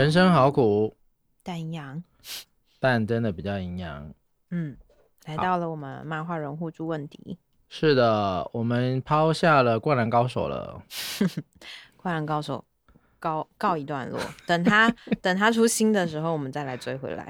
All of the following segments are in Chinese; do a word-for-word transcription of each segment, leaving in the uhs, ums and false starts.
人生好苦， 但营养， 但真的比较营养。 嗯，来到了我们漫画人互助问题。 是的，我们抛下了灌篮高手了。 灌篮高手告告一段落，等他等他出新的时候，我们再来追回来。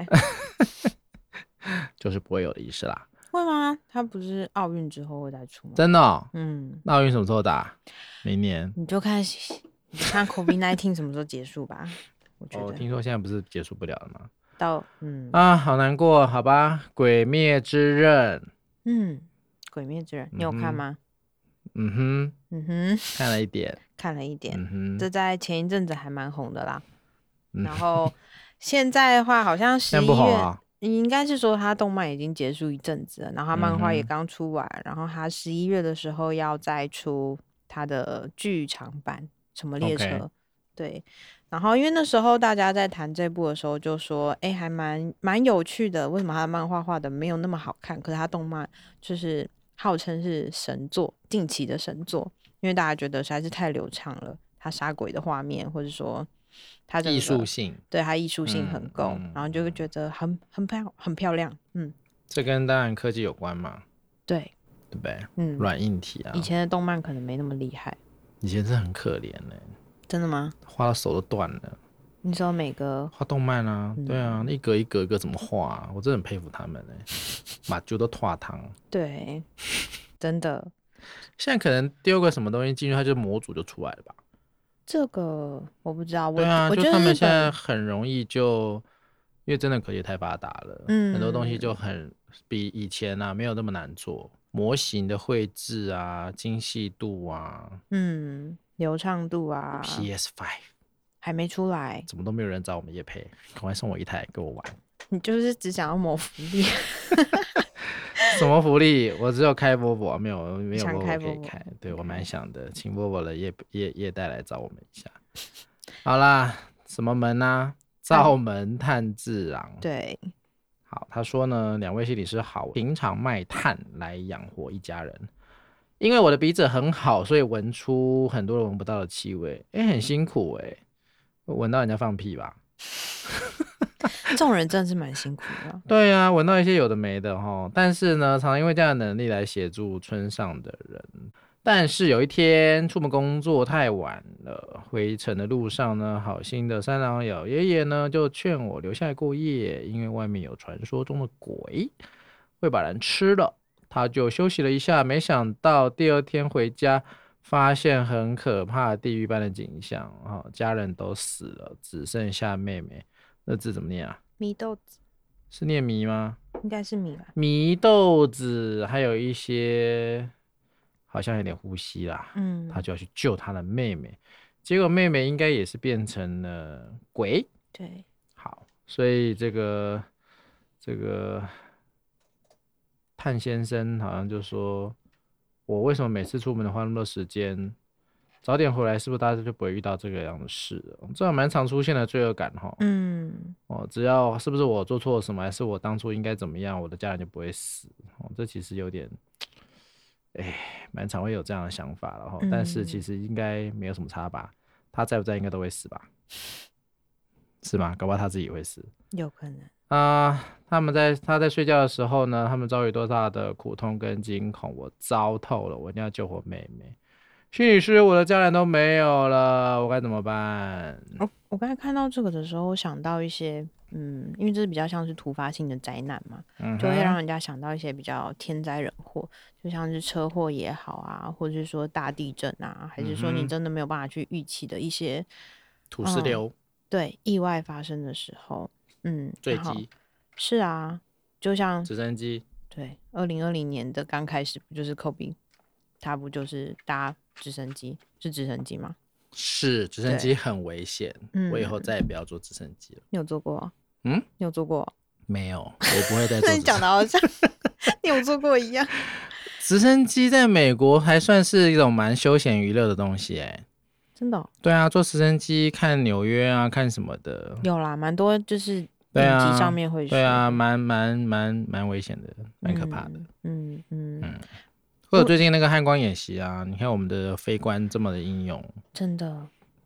就是不会有的意思啦。 会吗？他不是奥运之后会再出吗？ 真的、哦？ 嗯， 那奥运什么时候打？明年。 你就看你看 COVID 十九 什么时候结束吧。我觉哦， 得听说现在不是结束不了了吗？ 到嗯啊，好难过，好吧。鬼灭之刃， 嗯，鬼灭之刃，你有看吗？ 嗯哼， 嗯哼， 看了一点， 看了一点。 嗯哼， 这在前一阵子还蛮红的啦。 嗯然后现在的话，好像十现在不一月， 红啊。 应该是说他动漫已经结束一阵子了，然后他漫画也嗯哼刚出完，然后他十一月的时候要再出他的剧场版《什么列车》 OK 对。然后因为那时候大家在谈这部的时候就说，哎，还蛮蛮有趣的，为什么他的漫画画的没有那么好看，可是他动漫就是号称是神作，近期的神作，因为大家觉得实在是太流畅了，他杀鬼的画面，或者说他整个艺术性， 对它艺术性很够， 嗯嗯然后就会觉得很很漂很漂亮，嗯， 这跟当然科技有关嘛， 对， 对不对？ 嗯， 软硬体啊， 以前的动漫可能没那么厉害， 以前是很可怜的、 真的吗？ 画到手都断了。 你说每个画动漫啊， 嗯对啊，一格一格一格怎么画、啊？我真的很佩服他们哎、马就都画汤。 对，真的现在可能丢个什么东西进去，它就模组就出来了吧？ 这个我不知道，我对啊， 我觉得日就他们现在本很容易就，因为真的科技太发达了， 嗯很多东西就很比以前啊没有那么难做，模型的绘制啊、精细度啊嗯流畅度啊 ，P S 五还没出来， 怎么都没有人找我们业配，赶快送我一台给我玩。 你就是只想要谋福利， 什么福利？我只有开波波，没有没有想波波开波波可以开。对我蛮想的，请波波的业业业代来找我们一下。 嗯好啦，什么门啊？灶门炭治郎。 对， 好，他说呢，两位心理师好，平常卖炭来养活一家人。因为我的鼻子很好，所以闻出很多人闻不到的气味。哎，很辛苦哎、闻到人家放屁吧？ 这种人真的是蛮辛苦的， 对啊，闻到一些有的没的齁。但是呢，常因为这样的能力来协助村上的人。但是有一天出门工作太晚了，回程的路上呢，好心的三郎老爷爷呢就劝我留下来过夜，因为外面有传说中的鬼会把人吃了。他就休息了一下，没想到第二天回家，发现很可怕地狱般的景象、哦、家人都死了，只剩下妹妹。那字怎么念啊？ 米豆子是念迷吗？ 应该是米吧， 迷豆子，还有一些好像有点呼吸啦， 嗯， 他就要去救他的妹妹，结果妹妹应该也是变成了鬼。 对， 好，所以这个这个探先生好像就说，我为什么每次出门都花那么多时间，早点回来是不是大家就不会遇到这个样的事了？这样蛮常出现的罪恶感哈。 嗯， 哦，只要是不是我做错了什么，还是我当初应该怎么样，我的家人就不会死。哦，这其实有点，哎，蛮常会有这样的想法了哈。 嗯但是其实应该没有什么差吧，他在不在应该都会死吧？是吗？搞不好他自己也会死。 有可能， 啊、他们在他在睡觉的时候呢，他们遭遇多大的苦痛跟惊恐，我糟透了，我一定要救活妹妹。心理师，我的家人都没有了，我该怎么办？ 我我刚才看到这个的时候，我想到一些，嗯，因为这是比较像是突发性的灾难嘛， 嗯就会让哼， 人家想到一些比较天灾人祸，就像是车祸也好啊，或者是说大地震啊，还是说你嗯哼真的没有办法去预期的一些， 土石流、 对，意外发生的时候，嗯，然后坠机、 是啊，就像直升机， 对，二零二零年的刚开始不就是 Kobe，他不就是搭直升机，是直升机吗？ 是直升机很危险， 嗯我以后再也不要坐直升机了。 你有做过？ 嗯， 你有做过？ 没有，我不会再坐那你直升讲的好像你有做过一样。 直升机。在美国还算是一种蛮休闲娱乐的东西哎。 真的哦、 对啊，坐直升机看纽约啊，看什么的。 有啦，蛮多就是影对啊， 集上面会说对啊， 的蛮蛮蛮蛮危险的，蛮可怕的。 嗯嗯嗯， 嗯，或者最近那个汉光演习啊，你看我们的飞官这么的英勇， 真的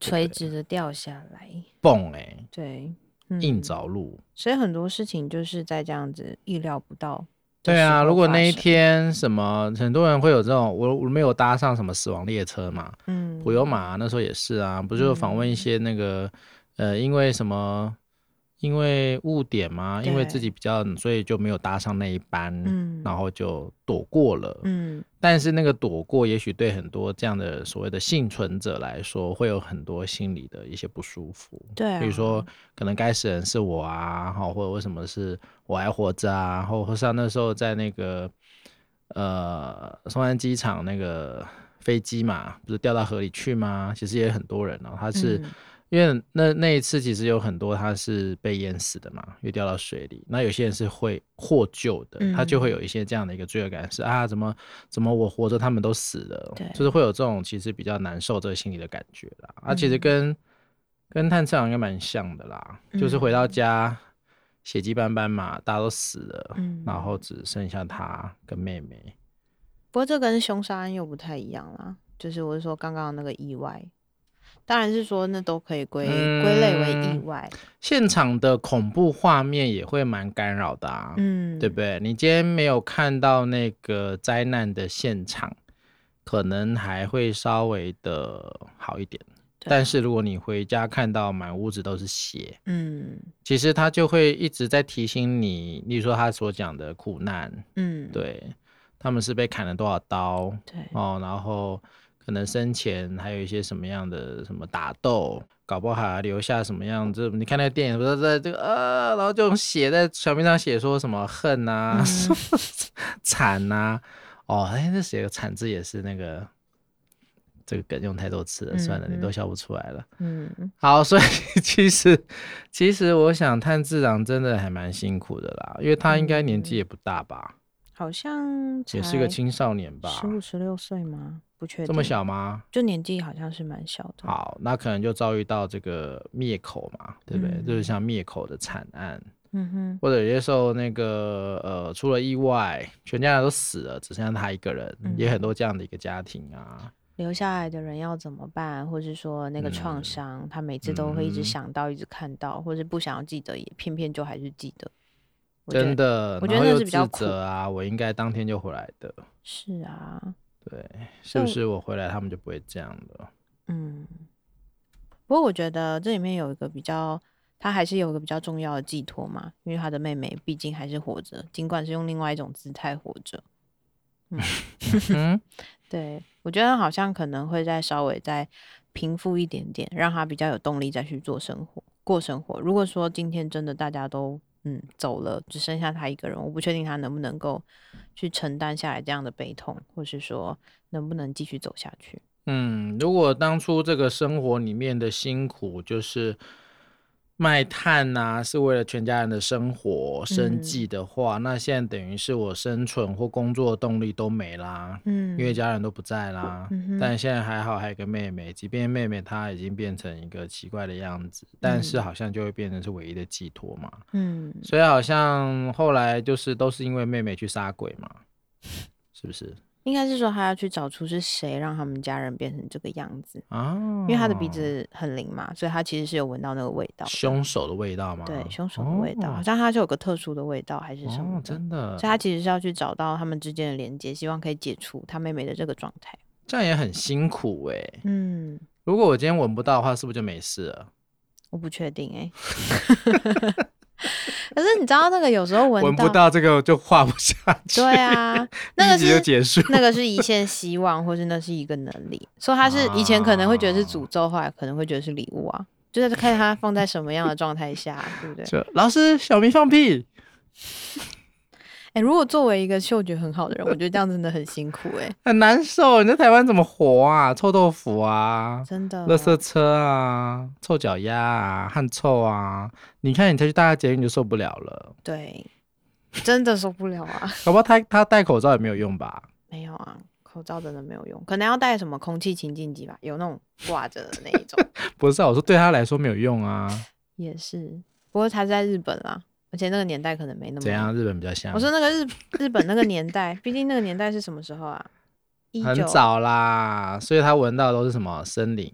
垂直的掉下来， 蹦哎、欸， 对， 硬着陆、嗯。 所以很多事情就是在这样子意料不到。 对啊，如果那一天什么，很多人会有这种，我我没有搭上什么死亡列车嘛，嗯，普悠玛那时候也是啊，不就访问一些那个、嗯、呃，因为什么，因为误点嘛，因为自己比较，所以就没有搭上那一班，嗯，然后就躲过了，嗯，但是那个躲过，也许对很多这样的所谓的幸存者来说，会有很多心理的一些不舒服， 对、啊， 比如说可能该死人是我啊，或者为什么是我还活着啊，或或像那时候在那个呃松山机场那个飞机嘛，不是掉到河里去吗？其实也很多人哦，他是、嗯、因为那那一次其实有很多他是被淹死的嘛，因为掉到水里，那有些人是会获救的，他就会有一些这样的一个罪恶感，是啊，怎么怎么我活着他们都死了，就是会有这种其实比较难受这个心理的感觉啦。啊，其实跟跟探测应该蛮像的啦，嗯、就是回到家血迹斑斑嘛，大家都死了，嗯、然后只剩下他跟妹妹。 不过这跟凶杀案又不太一样啦，就是我是说刚刚那个意外，当然是说那都可以归归类为意外。 现场的恐怖画面也会蛮干扰的啊，嗯，对不对？你今天没有看到那个灾难的现场，可能还会稍微的好一点。但是如果你回家看到满屋子都是血，嗯，其实他就会一直在提醒你，例如说他所讲的苦难，嗯，对，他们是被砍了多少刀，对哦，然后可能生前还有一些什么样的什么打斗，搞不好还留下什么样子。你看那个电影，不是在这个呃，然后就用血在小面上写说什么恨啊、惨、嗯、啊，哦，哎，那写个惨字也是那个。这个梗用太多次了，算了，嗯、你都笑不出来了。嗯，好，所以其实其实我想炭治郎真的还蛮辛苦的啦，因为他应该年纪也不大吧？ 嗯、好像也是个青少年吧？ 十五十六岁吗？不确定。 这么小吗？ 就年纪好像是蛮小的。 好，那可能就遭遇到这个灭口嘛，对不对？嗯、就是像灭口的惨案。嗯哼，或者有些时候那个呃出了意外，全家人都死了，只剩下他一个人，嗯、也很多这样的一个家庭啊。 留下来的人要怎么办，或是说那个创伤、嗯、他每次都会一直想到、嗯、一直看到，或是不想要记得也偏偏就还是记得。 真的， 我觉得那是比较苦啊，我应该当天就回来的。 是啊， 对，是不是我回来他们就不会这样了？ 嗯，不过我觉得这里面有一个比较，他还是有一个比较重要的寄托嘛，因为他的妹妹毕竟还是活着，尽管是用另外一种姿态活着。嗯，对，我觉得好像可能会再稍微再平复一点点，让他比较有动力再去做生活、过生活。如果说今天真的大家都嗯走了，只剩下他一个人，我不确定他能不能够去承担下来这样的悲痛，或是说能不能继续走下去。 嗯，如果当初这个生活里面的辛苦就是卖炭啊，是为了全家人的生活生计的话、嗯、那现在等于是我生存或工作的动力都没啦，嗯，因为家人都不在啦、嗯、但现在还好还有个妹妹，即便妹妹她已经变成一个奇怪的样子、嗯、但是好像就会变成是唯一的寄托嘛，嗯，所以好像后来就是都是因为妹妹去杀鬼嘛，是不是？ 应该是说他要去找出是谁让他们家人变成这个样子啊，因为他的鼻子很灵嘛，所以他其实是有闻到那个味道， 凶手的味道吗？ 对，凶手的味道、哦、好像他就有个特殊的味道还是什么的、哦、 真的， 所以他其实是要去找到他们之间的连接，希望可以解除他妹妹的这个状态。 这样也很辛苦哎、欸，嗯，如果我今天闻不到的话是不是就没事了？ 我不确定哎、欸可是你知道那个有时候闻闻不到这个就画不下去， 对啊，那个是一集就结束， 那个是一线希望，或是那是一个能力，所以他是以前可能会觉得是诅咒，后来可能会觉得是礼物啊，就是看他放在什么样的状态下，对不对？ 就老师，小明放屁。 哎、欸，如果作为一个嗅觉很好的人，我觉得这样真的很辛苦哎、欸， 很难受。你在台湾怎么活啊？臭豆腐啊， 真的， 垃圾车啊，臭脚丫啊，汗臭啊，你看你才去大家捷运就受不了了。 对，真的受不了啊。 搞不好他他戴口罩也没有用吧？ 没有啊，口罩真的没有用，可能要戴什么空气清净机吧，有那种挂着的那一种。 不是啊，我说对他来说没有用啊。 也是，不过他在日本啦。而且那个年代可能没那么怎样，日本比较香。 我说那个日日本那个年代，毕竟那个年代是什么时候啊？ 很早啦，所以他闻到的都是什么森林，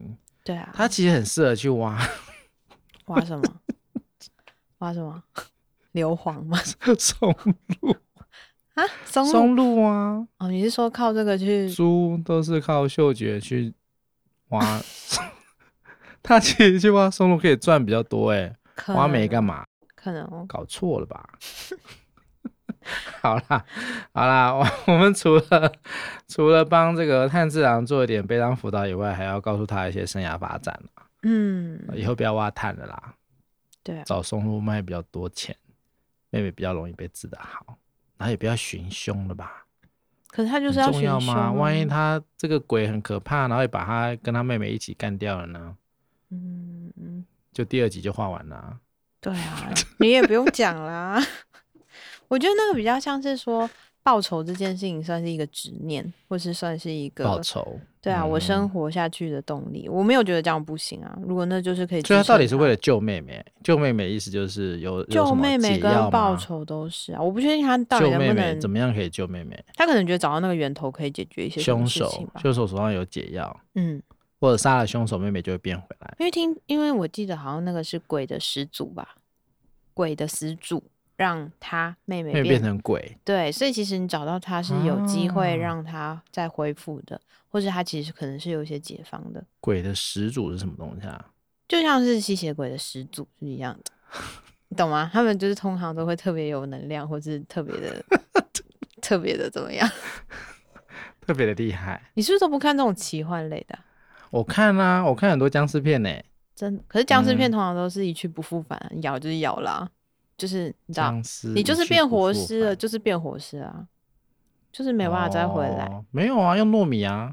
对啊， 他其实很适合去挖挖什么？挖什么？硫磺吗？ 松露啊，松露松露啊， 哦，你是说靠这个去？ 猪都是靠嗅觉去挖，他其实去挖松露可以赚比较多哎、 可挖煤能干嘛？ 可能哦， 搞错了吧？好啦，好啦，我我们除了除了帮这个炭治郎做一点悲伤辅导以外，还要告诉他一些生涯发展啦。 嗯， 以后不要挖炭了啦， 对啊， 找松露卖比较多钱，妹妹比较容易被治得好，然后也不要寻凶了吧？ 可是他就是很要寻凶、 重要吗？ 啊、 万一他这个鬼很可怕，然后也把他跟他妹妹一起干掉了呢？ 嗯嗯， 就第二集就画完了、啊。 对啊，你也不用讲啦。我觉得那个比较像是说报仇这件事情算是一个执念，或是算是一个报仇。 对啊， 嗯、 我生活下去的动力。我没有觉得这样不行啊。如果那就是可以支所以撑他到底是为了救妹妹？救妹妹的意思就是有有救什么妹妹解药跟报吗？ 仇都是啊。我不确定他到底救妹能不能妹怎么样可以救妹妹？ 他可能觉得找到那个源头可以解决一些什么凶事情吧。 手凶手手上有解药， 嗯， 或者杀了凶手，妹妹就会变回来。 因为听，因为我记得好像那个是鬼的始祖吧，鬼的始祖让他妹妹变妹妹变成鬼， 对，所以其实你找到他是有机会啊让他再恢复的，或者他其实可能是有一些解放的， 鬼的始祖是什么东西啊？ 就像是吸血鬼的始祖是一样的，你懂吗？他们就是通常都会特别有能量，或是特别的特别的怎么样？ 特别的厉害。 你是不是都不看这种奇幻类的啊、 我看啦、我看很多僵尸片呢、 真的？可是僵尸片嗯通常都是一去不复返，咬就是咬啦，就是你知道， 僵尸你就是变一去不复活尸了， 返就是变活尸啊，就是没有办法再回来。 哦没有啊，用糯米啊，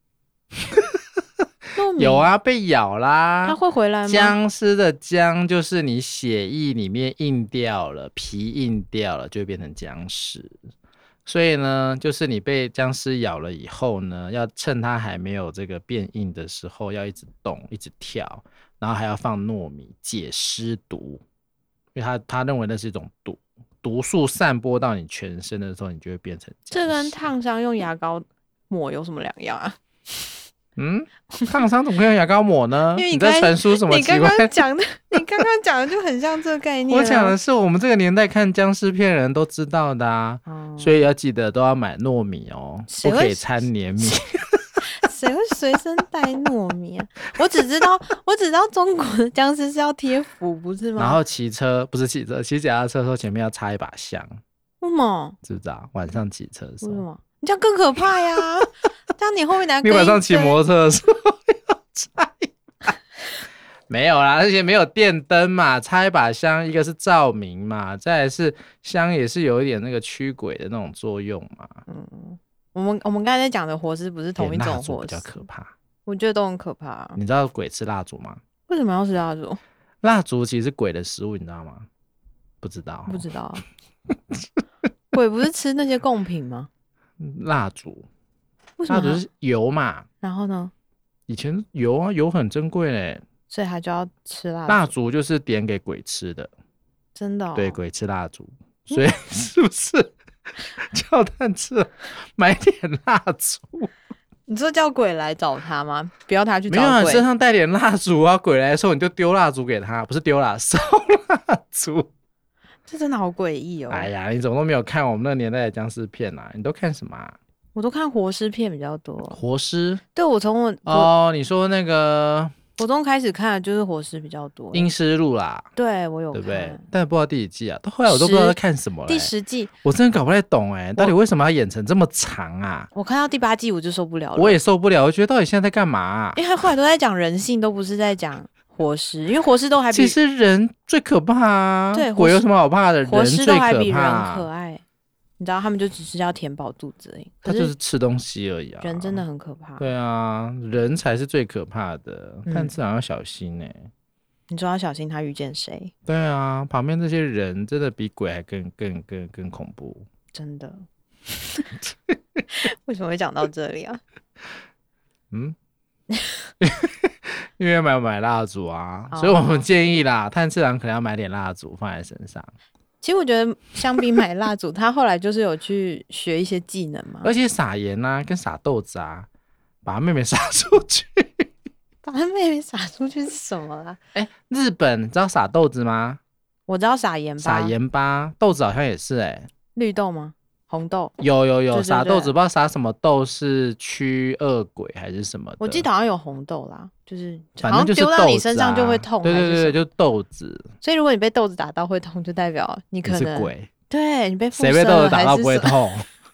糯米有，啊，被咬啦。 它会回来吗？ 僵尸的僵就是你血液里面硬掉了，皮硬掉了，就会变成僵尸。所以呢，就是你被僵尸咬了以后呢，要趁它还没有这个变硬的时候，要一直动，一直跳，然后还要放糯米解尸毒，因为他他认为那是一种毒，毒素散播到你全身的时候，你就会变成僵尸。 这跟烫伤用牙膏抹有什么两样啊？ 嗯，烫伤怎么可以用牙膏抹呢？ 因为你你在刚传输什么你刚奇怪？ 刚讲的，你刚刚讲的就很像这个概念、啊。 我讲的是我们这个年代看僵尸片的人都知道的啊， 哦所以要记得都要买糯米哦， 谁会不可以掺黏米。 谁会随身带糯米啊？我只知道，我只知道中国的僵尸是要贴符，不是吗？ 然后骑车不是骑车，骑脚踏车的时候前面要插一把香， 为什么？ 知不知道？晚上骑车的时候， 为什么？你这样更可怕呀！这样你后面拿你晚上骑摩托车的时候要插一把，没有啦，而且没有电灯嘛，插一把香，一个是照明嘛，再来是香也是有一点那个驱鬼的那种作用嘛。 嗯，我们我们刚才在讲的活尸不是同一种活尸， 点蜡烛比较可怕。 我觉得都很可怕、啊。 你知道鬼吃蜡烛吗？ 为什么要吃蜡烛？ 蜡烛其实是鬼的食物，你知道吗？不知道， 不知道、啊。鬼不是吃那些贡品吗？ 蜡烛， 为什么它？ 蜡烛是油嘛？ 然后呢？ 以前油啊，油很珍贵嘞。 所以他就要吃蜡烛。 蜡烛就是点给鬼吃的， 真的、哦？ 对，鬼吃蜡烛，所以是不是叫他吃买点蜡烛？ 你说叫鬼来找他吗？不要他去没有啊， 找鬼。 身上带点蜡烛啊，鬼来的时候你就丢蜡烛给他，不是丢啦，烧蜡烛。 这真的好诡异哦！ 哎呀，你怎么都没有看我们那个年代的僵尸片啊？你都看什么啊？ 我都看活尸片比较多。 活尸？ 对，我从我哦，你说那个国中开始看的就是活尸比较多。 阴尸路啦， 对我有看， 对不对？但不知道第几季啊，到后来我都不知道在看什么了、 第十季， 我真的搞不太懂哎、欸，到底为什么要演成这么长啊？ 我看到第八季我就受不了了。 我也受不了，我觉得到底现在在干嘛、啊？ 因为他后来都在讲人性，都不是在讲活尸，因为活尸都还比其实人最可怕啊， 对鬼有什么好怕的？ 活尸人最都还比人可怕， 可爱。你知道，他们就只是要填饱肚子而已。可他就是吃东西而已啊。 人真的很可怕。 对啊，人才是最可怕的， 嗯但至少要小心哎、欸。 你说要小心他遇见谁， 对啊，旁边这些人真的比鬼还更更更更恐怖。 真的。为什么会讲到这里啊？ 嗯，因为买买蜡烛啊， 哦所以我们建议啦，炭治郎可能要买点蜡烛放在身上。 其实我觉得相比买蜡烛，他后来就是有去学一些技能嘛。 而且撒盐啊，跟撒豆子啊，把他妹妹撒出去。 把他妹妹撒出去是什么啦？ 哎、欸，日本你知道撒豆子吗？ 我知道撒盐巴， 撒盐巴，豆子好像也是哎、欸。 绿豆吗？红豆？ 有有有，撒豆子对不知道撒什么豆，是驱恶鬼还是什么的？ 我记得好像有红豆啦，就是反正就是豆子、啊、 丢到你身上就会痛， 对对对对，就豆子。 所以如果你被豆子打到会痛，就代表你可能你是鬼。 对，你被谁被豆子打到不会痛？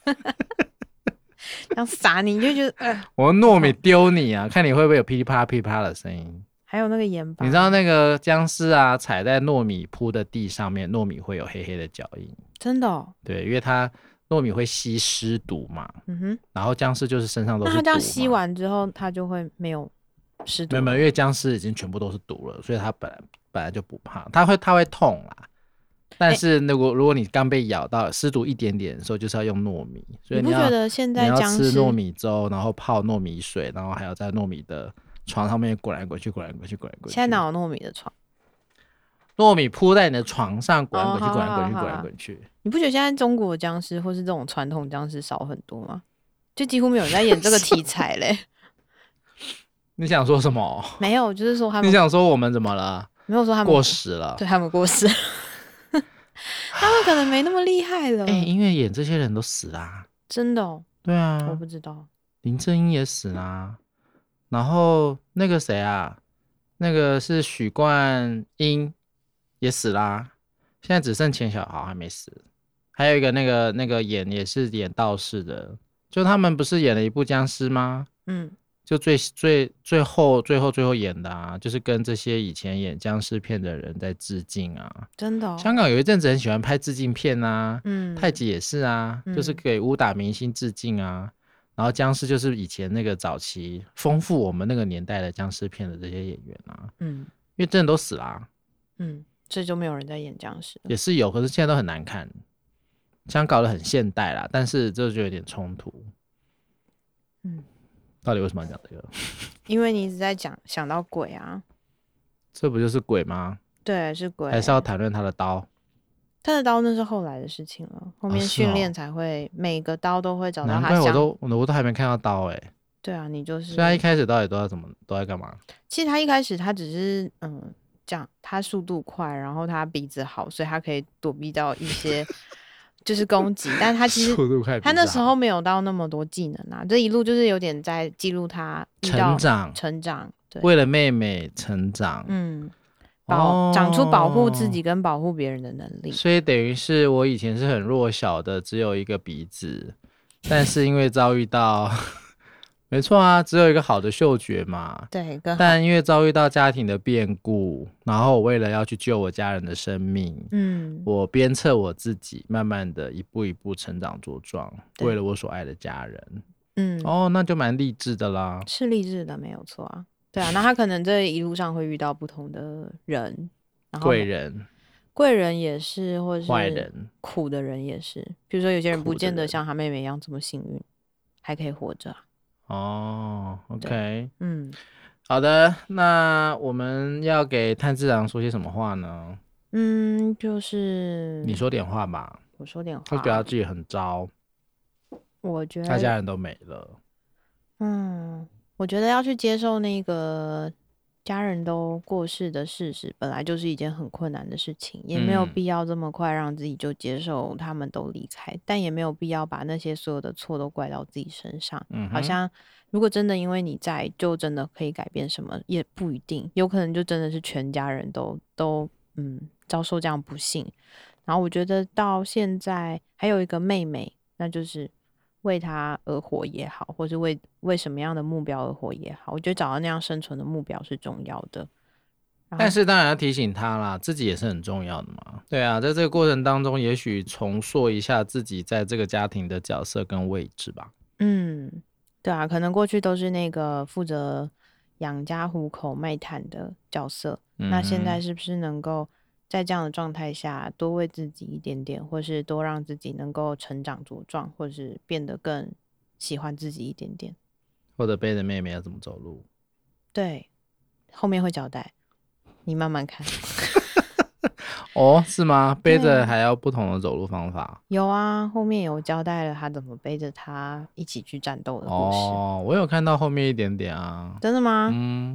然后撒你，你就觉得，呃、 我糯米丢你啊，看你会不会有噼里啪啦噼里啪啦的声音。 还有那个盐巴， 你知道那个僵尸啊，踩在糯米铺的地上面，糯米会有黑黑的脚印。 真的哦？ 对，因为它糯米会吸湿毒嘛。嗯哼。然后僵尸就是身上都是毒嘛。 那它这样吸完之后，它就会没有湿毒？ 没有没有，因为僵尸已经全部都是毒了，所以它本来本来就不怕，它会它会痛啦。但是如果如果你刚被咬到湿毒一点点的时候，就是要用糯米，所以你要你不觉得现在僵尸你要吃糯米粥，然后泡糯米水，然后还要在糯米的床上面滚来滚去，滚来滚去，滚来滚去。 现在哪有糯米的床？ 糯米铺在你的床上，滚来滚去， 哦、 滚来滚去， 好好好滚来滚去。 你不觉得现在中国僵尸或是这种传统僵尸少很多吗？就几乎没有人在演这个题材嘞。 你想说什么？ 没有，就是说他们。 你想说我们怎么了？ 没有说他们过时了， 对他们过时。他们可能没那么厉害了。 哎、欸，因为演这些人都死啦、啊， 真的哦？ 对啊， 我不知道。 林正英也死啦、啊，然后那个谁啊，那个是许冠英也死啦、啊，现在只剩钱小豪还没死，还有一个那个那个演也是演道士的，就他们不是演了一部僵尸吗？嗯。就最最最后最后最后演的啊，就是跟这些以前演僵尸片的人在致敬啊。 真的、哦？ 香港有一阵子很喜欢拍致敬片啊，嗯，太极也是啊，嗯、就是给武打明星致敬啊。然后僵尸就是以前那个早期丰富我们那个年代的僵尸片的这些演员啊，嗯，因为真的都死啦、啊， 嗯，所以就没有人在演僵尸。 也是有，可是现在都很难看，想搞得很现代啦，但是这就有点冲突。嗯。到底为什么要讲这个？ 因为你一直在讲想到鬼啊， 这不就是鬼吗？ 对，是鬼。 还是要谈论他的刀？ 他的刀那是后来的事情了，后面训练才会、哦哦、每个刀都会找到他。 难怪我都我都还没看到刀哎、欸。 对啊，你就是。 所以他一开始到底都要怎么都在干嘛？ 其实他一开始他只是嗯讲他速度快，然后他鼻子好，所以他可以躲避到一些。就是攻击，但他其实他那时候没有到那么多技能啊，这一路就是有点在记录他成长， 成长，对， 为了妹妹成长， 嗯，保、哦、长出保护自己跟保护别人的能力。 所以等于是我以前是很弱小的，只有一个鼻子，但是因为遭遇到。没错啊，只有一个好的嗅觉嘛。 对， 但因为遭遇到家庭的变故，然后我为了要去救我家人的生命，嗯，我鞭策我自己，慢慢的一步一步成长茁壮，为了我所爱的家人。嗯，哦，那就蛮励志的啦。 是励志的，没有错啊。对啊，那他可能这一路上会遇到不同的人， 贵人， 贵人也是，或者是坏人， 苦的人也是。比如说有些人不见得像他妹妹一样这么幸运，还可以活着啊。 哦 ，OK， 嗯，好的，那我们要给炭治郎说些什么话呢？ 嗯，就是你说点话吧。 我说点话。 他觉得他自己很糟， 我觉得他家人都没了。 嗯，我觉得要去接受那个家人都过世的事实，本来就是一件很困难的事情，也没有必要这么快让自己就接受他们都离开，嗯、但也没有必要把那些所有的错都怪到自己身上。嗯，好像如果真的因为你在，就真的可以改变什么，也不一定，有可能就真的是全家人都都嗯遭受这样不幸。然后我觉得到现在还有一个妹妹，那就是为他而活也好，或是为为什么样的目标而活也好，我觉得找到那样生存的目标是重要的。 但是当然要提醒他啦，自己也是很重要的嘛。对啊，在这个过程当中，也许重塑一下自己在这个家庭的角色跟位置吧。 嗯，对啊，可能过去都是那个负责养家糊口卖炭的角色，嗯、那现在是不是能够在这样的状态下多为自己一点点，或是多让自己能够成长茁壮，或是变得更喜欢自己一点点， 或者背着妹妹要怎么走路？ 对，后面会交代，你慢慢看。 哦，是吗？背着还要不同的走路方法？ 有啊，后面有交代了他怎么背着他一起去战斗的故事。 哦，我有看到后面一点点啊。 真的吗？ 嗯，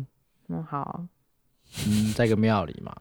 嗯，好， 嗯，在一个庙里嘛。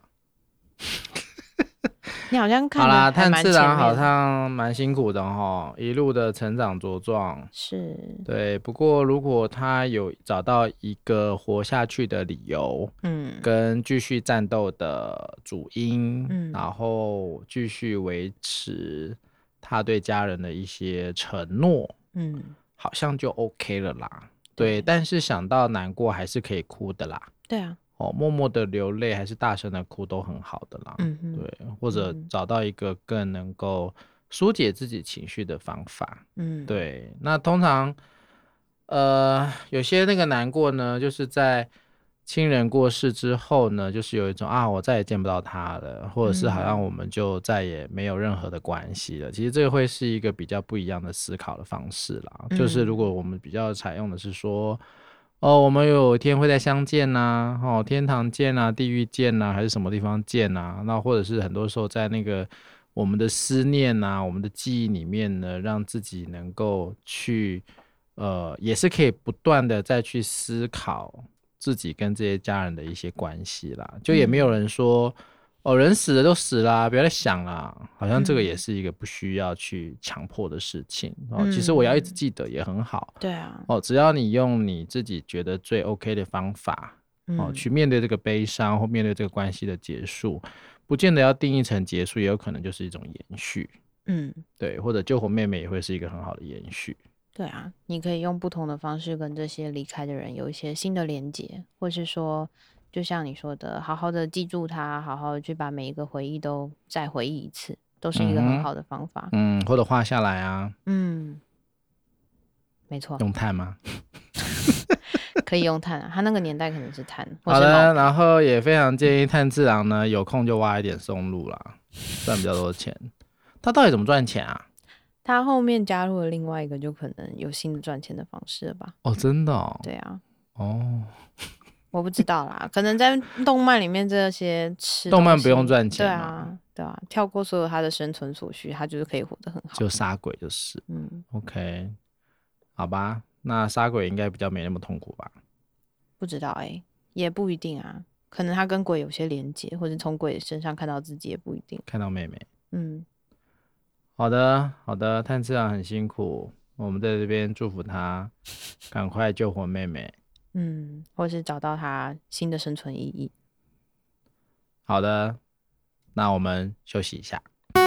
你好像看好啦， 的还蛮炭治郎好前面的， 像蛮辛苦的哈，一路的成长茁壮。 是， 对，不过如果他有找到一个活下去的理由， 嗯跟继续战斗的主因， 嗯然后继续维持他对家人的一些承诺， 嗯， 好像就 OK 了啦。 对对，但是想到难过还是可以哭的啦。 对啊， 哦，默默的流泪还是大声的哭都很好的啦。 嗯哼， 对，或者嗯找到一个更能够疏解自己情绪的方法。 嗯， 对，那通常呃有些那个难过呢，就是在亲人过世之后呢，就是有一种啊我再也见不到他了，或者是好像嗯我们就再也没有任何的关系了。其实这个会是一个比较不一样的思考的方式啦。就是如果嗯我们比较采用的是说，哦，我们有一天会再相见呐、哦，天堂见呐、地狱见呐、还是什么地方见呐、那或者是很多时候在那个我们的思念呐、我们的记忆里面呢，让自己能够去，呃，也是可以不断的再去思考自己跟这些家人的一些关系啦。就也没有人说，哦，人死了就死啦，不要再想啦。好像这个也嗯是一个不需要去强迫的事情哦。 嗯其实我要一直记得也很好。 对啊， 哦，只要你用你自己觉得最 OK 的方法，哦， 嗯去面对这个悲伤或面对这个关系的结束，不见得要定义成结束，也有可能就是一种延续， 嗯。 对，或者救活妹妹也会是一个很好的延续。 对啊，你可以用不同的方式跟这些离开的人有一些新的连接，或是说，就像你说的，好好的记住他，好好的去把每一个回忆都再回忆一次，都是一个很好的方法。 嗯，或者画下来啊， 嗯，没错， 用炭吗？ 可以用碳啊，他那个年代可能是碳或是好的， 毛然后也非常建议炭治郎呢，有空就挖一点松露啦，赚比较多钱。他到底怎么赚钱啊？ 他后面加入了另外一个，就可能有新的赚钱的方式了吧？ 哦，真的哦， 对啊， 哦， 我不知道啦，可能在动漫里面这些吃东西动漫不用赚钱嘛， 对啊，对啊，跳过所有他的生存所需，他就是可以活得很好。 就杀鬼就是。 嗯， OK，好吧，那杀鬼应该比较没那么痛苦吧？ 不知道哎、也不一定啊，可能他跟鬼有些连接，或者从鬼身上看到自己也不一定。 看到妹妹。 嗯， 好的，好的，炭治郎很辛苦，我们在这边祝福他赶快救活妹妹。 嗯，或是找到他新的生存意义。 好的，那我们休息一下。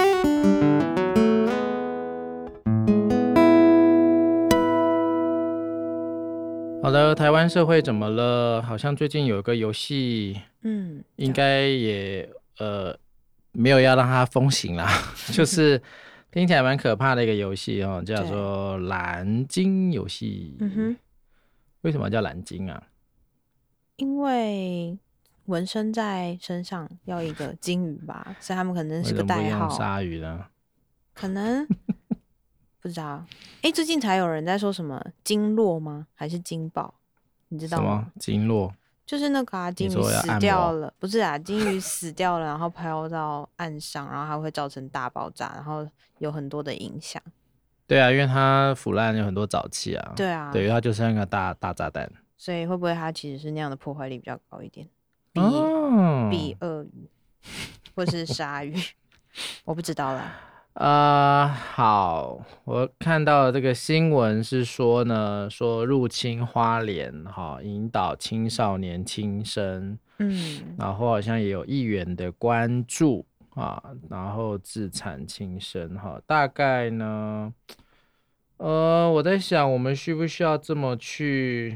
好的，台湾社会怎么了？好像最近有一个游戏， 嗯， 应该也呃没有要让它风行啦，就是听起来蛮可怕的一个游戏哦，叫做蓝鲸游戏。 嗯哼， 为什么叫蓝鲸啊？ 因为纹身在身上要一个金鱼吧，所以他们可能为是个什么不用代号， 鲨鱼呢？ 可能不知道。哎，最近才有人在说什么鲸落吗？还是鲸爆？你知道吗？ 什么鲸落？ 就是那个啊，金鱼死说要按摩掉了，不是啊，金鱼死掉了，然后飘到岸上，然后它会造成大爆炸，然后有很多的影响。 对啊，因为它腐烂有很多沼气啊。 对啊， 对，它就是那个大大炸弹。 所以会不会它其实是那样的破坏力比较高一点，比、 哦， 比鳄鱼或是鲨鱼？我不知道啦。 呃，好，我看到的这个新闻是说呢，说入侵花莲，哈，引导青少年轻生， 嗯然后好像也有议员的关注啊，然后自产轻生，哈，大概呢，呃，我在想，我们需不需要这么去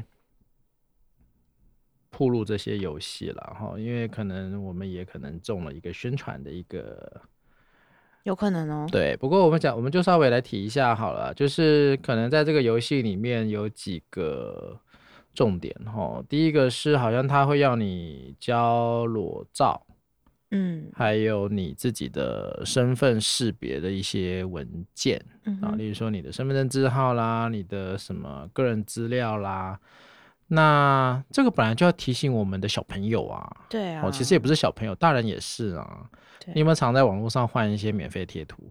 铺路这些游戏了，哈，因为可能我们也可能中了一个宣传的一个。 有可能哦。 对，不过我们讲，我们就稍微来提一下好了，就是可能在这个游戏里面有几个重点哈。第一个是好像他会要你交裸照， 嗯还有你自己的身份识别的一些文件啊， 嗯哼例如说你的身份证字号啦，你的什么个人资料啦。那这个本来就要提醒我们的小朋友啊， 对啊， 哦，其实也不是小朋友，大人也是啊。 对你有没有常在网络上换一些免费贴图？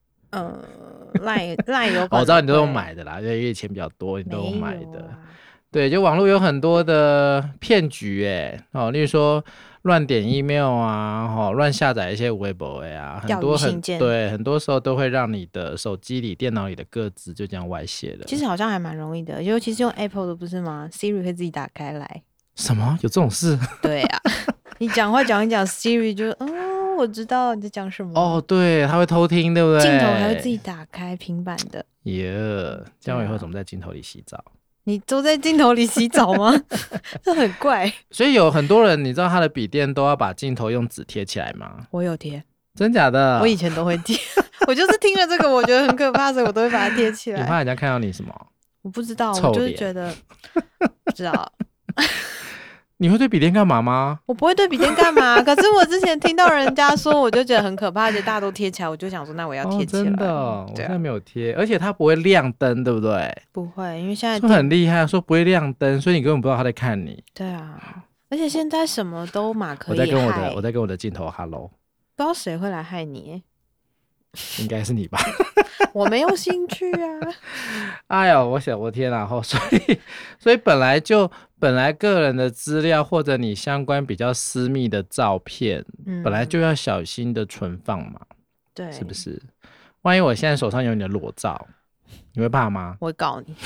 呃赖赖有可能哦我知道你都有会买的啦，因为钱比较多，你都有没买的。 有啊对，就网络有很多的骗局哎，哦，例如说乱点 email 啊，哦，乱下载一些微博啊，很多很对，很多时候都会让你的手机里、电脑里的个资就这样外泄了。 其实好像还蛮容易的，尤其是用 Apple 的，不是吗 ？Siri 会自己打开来。 什么？有这种事？ 对啊，你讲话讲一讲 ，Siri 就哦，我知道你在讲什么。 哦，对，它会偷听，对不对？ 镜头还会自己打开，平板的。 耶、yeah, 这样我以后怎么在镜头里洗澡？ 你都在镜头里洗澡吗？这很怪。 所以有很多人，你知道他的笔电都要把镜头用纸贴起来吗？ 我有贴。 真假的？ 我以前都会贴。我就是听了这个，我觉得很可怕，所以我都会把它贴起来。 你怕人家看到你什么？ 我不知道，我就是觉得不知道。 你会对笔电干嘛吗？ 我不会对笔电干嘛，可是我之前听到人家说，我就觉得很可怕，而且大家都贴起来，我就想说，那我要贴起来。 哦、真的、哦，我现在没有贴，而且它不会亮灯，对不对？ 不会，因为现在说很厉害，说不会亮灯，所以你根本不知道他在看你。 对啊，而且现在什么都嘛可以害。 我在跟我的我在跟我的镜头 hello， 不知道谁会来害你， 应该是你吧？ 我没有兴趣啊。 哎呀，我想我天啊，后所以所以本来就本来个人的资料或者你相关比较私密的照片，嗯、本来就要小心的存放嘛， 对， 是不是？万一我现在手上有你的裸照，你会怕吗？ 我会告你。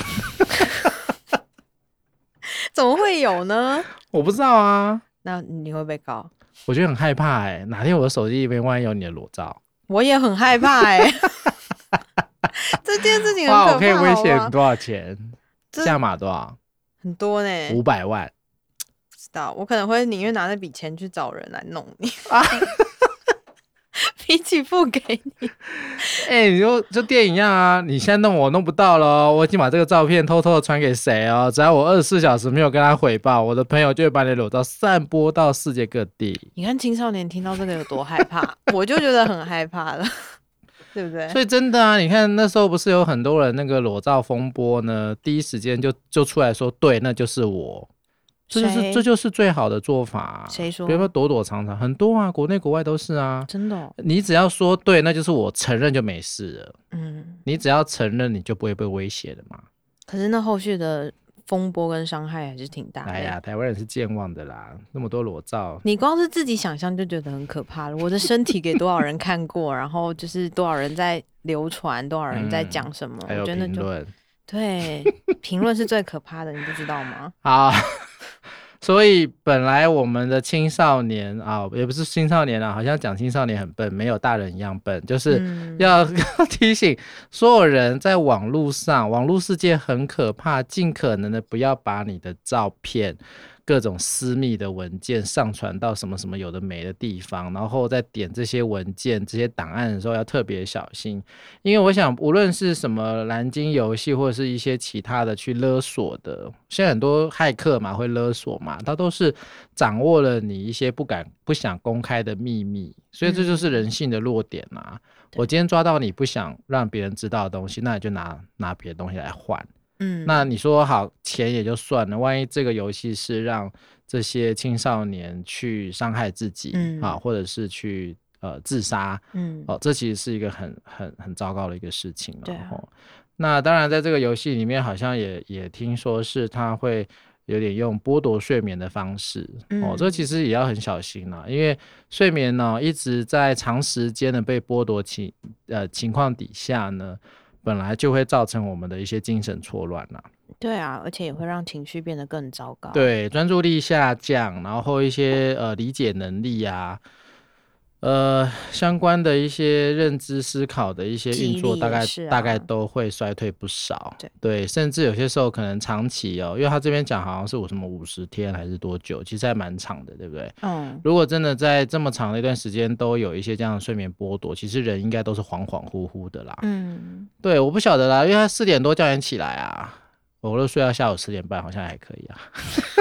怎么会有呢？ 我不知道啊。 那你会被告？ 我觉得很害怕哎、欸，哪天我的手机里面万一有你的裸照， 我也很害怕哎、欸。这件事情很可怕。 哇，我可以威胁你多少钱？价码多少？ 很多呢， 五百万。 不知道，我可能会宁愿拿那笔钱去找人来弄你，啊、比起付给你。 哎、欸，你就就电影一样啊！你现在弄我弄不到了，我已经把这个照片偷偷的传给谁哦？只要我二十四小时没有跟他回报，我的朋友就会把你的裸照散播到世界各地。 你看青少年听到这个有多害怕，我就觉得很害怕了。对不对？ 所以真的啊，你看那时候不是有很多人那个裸照风波呢，第一时间就就出来说，对，那就是我，这就是这就是最好的做法、啊。 谁说？ 比如说躲躲藏藏，很多啊，国内国外都是啊。 真的、哦， 你只要说对，那就是我承认就没事了。 嗯， 你只要承认，你就不会被威胁了嘛。 可是那后续的风波跟伤害还是挺大的。 哎呀，台湾人是健忘的啦，那么多裸照， 你光是自己想象就觉得很可怕了。我的身体给多少人看过，然后就是多少人在流传，多少人在讲什么， 嗯、还有评论， 对，评论是最可怕的，你不知道吗？ 好。所以本来我们的青少年啊，也不是青少年啊，好像讲青少年很笨，没有大人一样笨，就是要、嗯、提醒所有人，在网络上，网络世界很可怕，尽可能的不要把你的照片、各种私密的文件上传到什么什么有的没的地方，然后再点这些文件、这些档案的时候要特别小心，因为我想，无论是什么蓝鲸游戏或者是一些其他的去勒索的，现在很多骇客嘛会勒索嘛，他都是掌握了你一些不敢不想公开的秘密，所以这就是人性的弱点啊。嗯、我今天抓到你不想让别人知道的东西，那你就拿拿别的东西来换。嗯，那你说好钱也就算了，万一这个游戏是让这些青少年去伤害自己、嗯、啊，或者是去呃自杀，嗯，哦，这其实是一个很很很糟糕的一个事情了。 对啊、 哦，那当然在这个游戏里面，好像也也听说是他会有点用剥夺睡眠的方式，嗯、哦，这其实也要很小心啦，因为睡眠呢一直在长时间的被剥夺情呃情况底下呢。本来就会造成我们的一些精神错乱啦。 对啊，而且也会让情绪变得更糟糕。 对，专注力下降，然后一些呃理解能力啊，呃相关的一些认知思考的一些运作，大概、啊、大概都会衰退不少。 对对，甚至有些时候可能长期哦，因为他这边讲好像是什么五十天还是多久，其实还蛮长的，对不对？嗯。如果真的在这么长的一段时间都有一些这样的睡眠剥夺，其实人应该都是恍恍惚惚的啦。嗯。对，我不晓得啦，因为他四点多叫你起来啊，我都睡到下午四点半，好像还可以啊。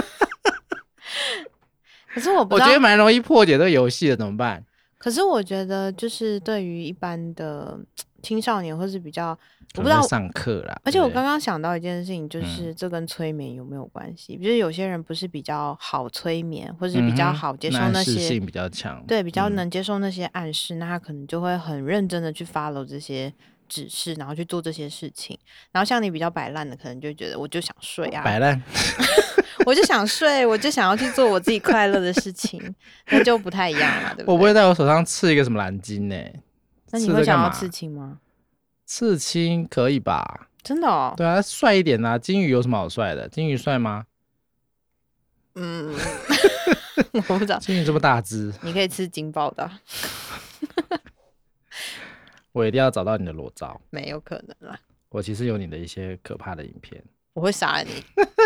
可是我不知道， 我觉得蛮容易破解这个游戏的，怎么办？ 可是我觉得，就是对于一般的青少年，或是比较，我不知道上课啦。 而且我刚刚想到一件事情，就是这跟催眠有没有关系？嗯、就是有些人不是比较好催眠，或是比较好接受那些， 暗示性比较强， 对，比较能接受那些暗示，嗯、那他可能就会很认真的去 follow 这些指示，然后去做这些事情。然后像你比较摆烂的，可能就觉得我就想睡啊， 摆烂， 我就想睡，我就想要去做我自己快乐的事情，那就不太一样了，对不对？ 我不会在我手上刺一个什么蓝鲸呢、欸？ 那你会想要刺青吗？刺青可以吧？ 真的哦？ 对啊，帅一点啊！金鱼有什么好帅的？金鱼帅吗？ 嗯，我不知道。 金鱼这么大只， 你可以吃金爆的。 我一定要找到你的裸照。 没有可能啦， 我其实有你的一些可怕的影片。 我会杀了你。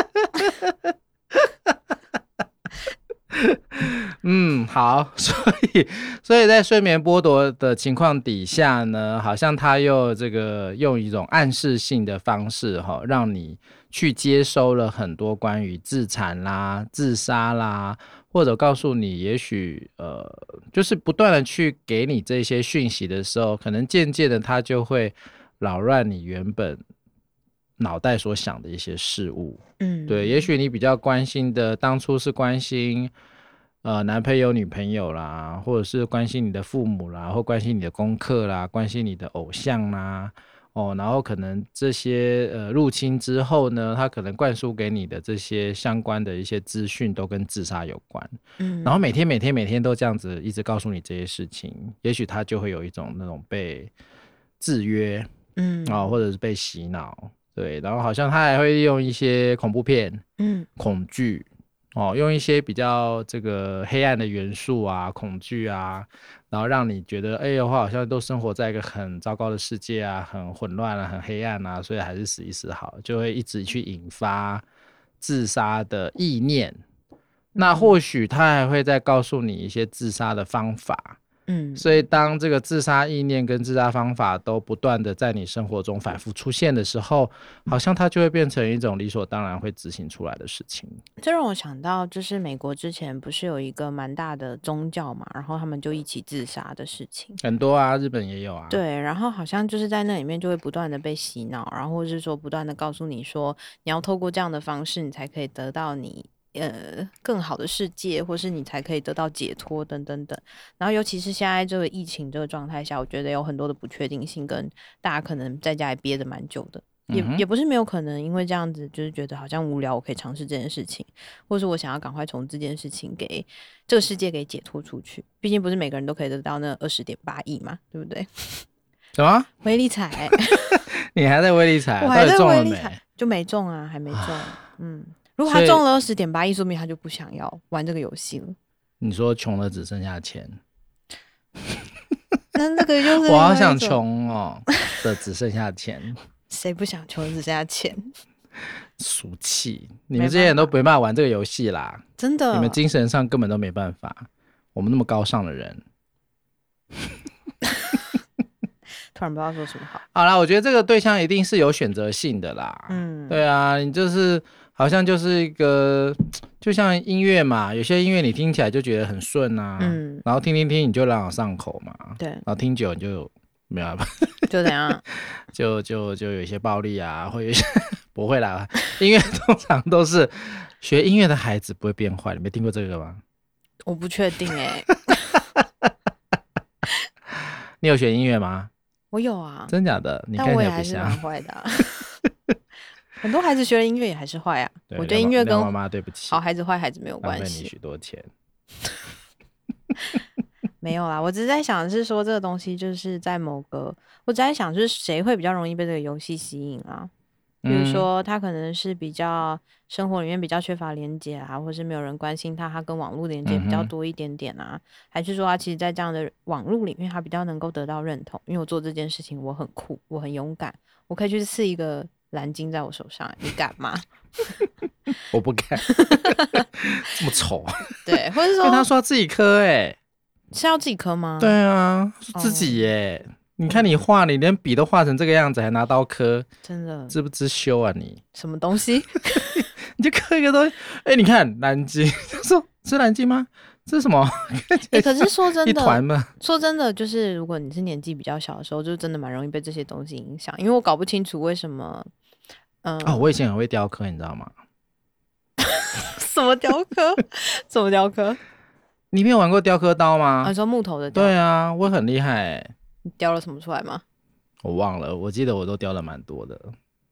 嗯，好，所以所以在睡眠剥夺的情况底下呢，好像他又这个用一种暗示性的方式哈、哦，让你去接收了很多关于自残啦、自杀啦，或者告诉你，也许呃，就是不断的去给你这些讯息的时候，可能渐渐的他就会扰乱你原本脑袋所想的一些事物。嗯，对，也许你比较关心的，当初是关心。呃，男朋友、女朋友啦，或者是关心你的父母啦，或关心你的功课啦，关心你的偶像啦，哦，然后可能这些呃入侵之后呢，他可能灌输给你的这些相关的一些资讯都跟自杀有关，嗯，然后每天每天每天都这样子一直告诉你这些事情，也许他就会有一种那种被制约，嗯，啊、哦，或者是被洗脑，对，然后好像他还会利用一些恐怖片，嗯，恐惧。哦，用一些比较这个黑暗的元素啊，恐惧啊，然后让你觉得，哎呦，我好像都生活在一个很糟糕的世界啊，很混乱啊，很黑暗啊，所以还是死一死好，就会一直去引发自杀的意念。那或许他还会再告诉你一些自杀的方法。嗯，所以当这个自杀意念跟自杀方法都不断的在你生活中反复出现的时候，好像它就会变成一种理所当然会执行出来的事情。 这让我想到，就是美国之前不是有一个蛮大的宗教嘛，然后他们就一起自杀的事情， 很多啊，日本也有啊。 对，然后好像就是在那里面就会不断的被洗脑，然后或是说不断的告诉你说，你要透过这样的方式，你才可以得到你。呃，更好的世界，或是你才可以得到解脱等等等。然后，尤其是现在这个疫情这个状态下，我觉得有很多的不确定性，跟大家可能在家里憋着蛮久的，也、嗯、也不是没有可能，因为这样子就是觉得好像无聊，我可以尝试这件事情，或是我想要赶快从这件事情给这个世界给解脱出去。毕竟不是每个人都可以得到那二十点八亿嘛，对不对？ 什么？ 威力彩？ 你还在威力彩？ 我还在威力彩，就没中啊，还没中。嗯。如果他中了二十点八亿，说明他就不想要玩这个游戏了。 你说穷了只剩下钱， 那那个就是我好想穷哦的只剩下钱。 谁不想穷只剩下钱？ 俗气！你们这些人都没办法玩这个游戏啦， 真的， 你们精神上根本都没办法。我们那么高尚的人， 突然不知道说什么好。 好啦，我觉得这个对象一定是有选择性的啦。嗯，对啊，你就是。好像就是一个，就像音乐嘛，有些音乐你听起来就觉得很顺啊，嗯，然后听听听你就朗朗上口嘛， 对， 然后听久你就没办法， 就怎样， 就就就有一些暴力啊，或有一些不会啦，音乐通常都是学音乐的孩子不会变坏，你没听过这个吗？ 我不确定哎、 欸，你有学音乐吗？ 我有啊， 真假的？你看起来不像，但我也还是蛮坏的、啊。很多孩子学了音乐也还是坏啊，我觉得音乐跟妈妈对不起， 好孩子坏孩子没有关系。 浪费你许多钱， 没有啦，我只是在想是说这个东西就是在某个，我只在想就是谁会比较容易被这个游戏吸引啊？比如说他可能是比较生活里面比较缺乏连结啊，或是没有人关心他，他跟网络连接比较多一点点啊，嗯、还是说他其实在这样的网络里面他比较能够得到认同，因为我做这件事情我很酷，我很勇敢，我可以去刺一个蓝鲸在我手上，你敢吗？ 我不敢，这么丑。 对，或者说他说要自己刻，哎， 是要自己刻吗？ 对啊，自己耶。哦，你看你画，你连笔都画成这个样子，还拿刀刻， 真的知不知羞啊你？ 什么东西？ 你就刻一个东西，哎，你看蓝鲸，他说是蓝鲸吗？这是什么？ 欸、可是说真的， 一团吗？ 说真的，就是如果你是年纪比较小的时候，就真的蛮容易被这些东西影响。因为我搞不清楚为什么， 嗯，哦，我以前很会雕刻，你知道吗？ 什么雕刻？什么雕刻？ 你没有玩过雕刻刀吗？ 啊，你说木头的雕？ 对啊，我很厉害、欸。 你雕了什么出来吗？ 我忘了，我记得我都雕了蛮多的。